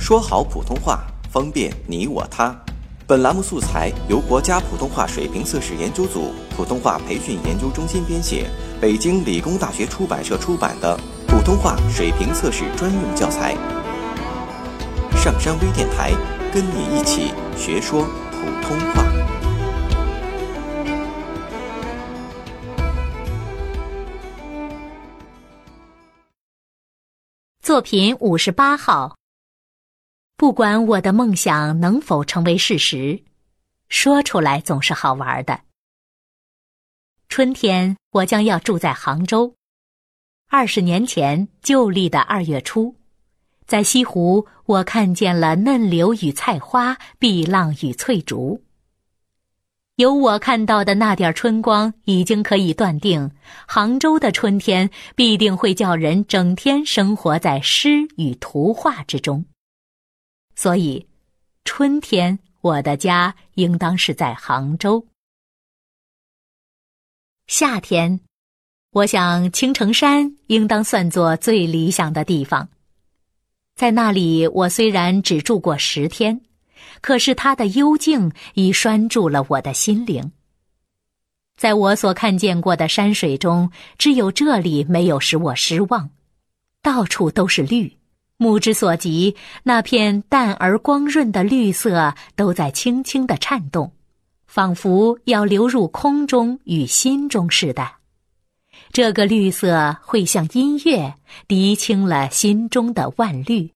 说好普通话，方便你我他。本栏目素材由国家普通话水平测试研究组普通话培训研究中心编写，北京理工大学出版社出版的普通话水平测试专用教材。上山微电台，跟你一起学说普通话。 作品58号。不管我的梦想能否成为事实，说出来总是好玩的。春天我将要住在杭州。20年前旧历的2月初，在西湖我看见了嫩柳与菜花，碧浪与翠竹。由我看到的那点春光，已经可以断定，杭州的春天必定会叫人整天生活在诗与图画之中。所以，春天我的家应当是在杭州。夏天，我想青城山应当算作最理想的地方。在那里，我虽然只住过10天，可是它的幽静已拴住了我的心灵。在我所看见过的山水中，只有这里没有使我失望，到处都是绿，目之所及，那片淡而光润的绿色都在轻轻地颤动，仿佛要流入空中与心中似的。这个绿色会像音乐，涤清了心中的万虑。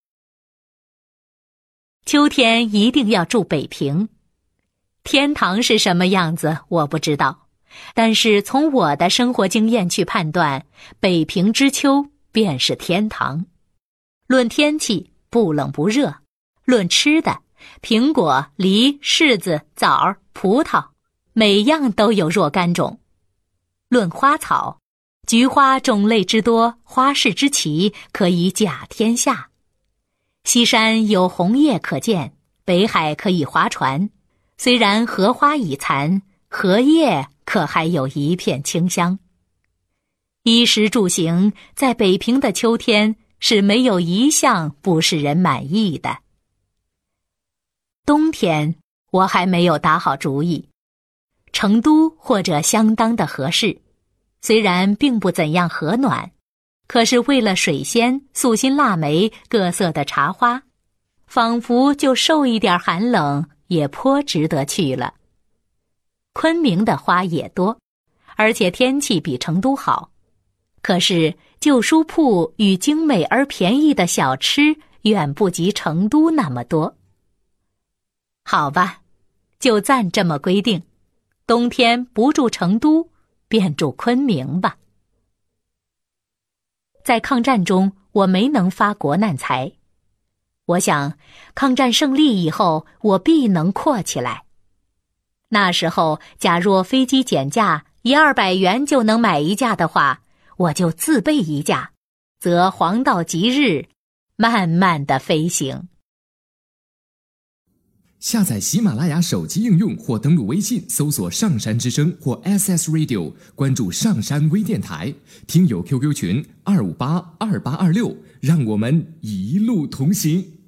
秋天一定要住北平。天堂是什么样子我不知道，但是从我的生活经验去判断，北平之秋便是天堂。论天气，不冷不热；论吃的，苹果、梨、柿子、枣、葡萄，每样都有若干种。论花草，菊花种类之多，花式之奇，可以甲天下。西山有红叶可见，北海可以划船，虽然荷花已残，荷叶可还有一片清香。衣食住行，在北平的秋天是没有一项不使人满意的。冬天我还没有打好主意，成都或者相当的合适，虽然并不怎样和暖，可是为了水仙、素心腊梅、各色的茶花，仿佛就受一点寒冷也颇值得去了。昆明的花也多，而且天气比成都好，可是旧书铺与精美而便宜的小吃远不及成都那么多。好吧，就暂这么规定，冬天不住成都，便住昆明吧。在抗战中，我没能发国难财。我想，抗战胜利以后，我必能阔起来。那时候，假若飞机减价100-200元就能买一架的话，我就自备一架，则黄道吉日，慢慢的飞行。 下载喜马拉雅手机应用或登录微信搜索上山之声或 SS Radio， 关注上山微电台，听友 QQ 群2582826，让我们一路同行。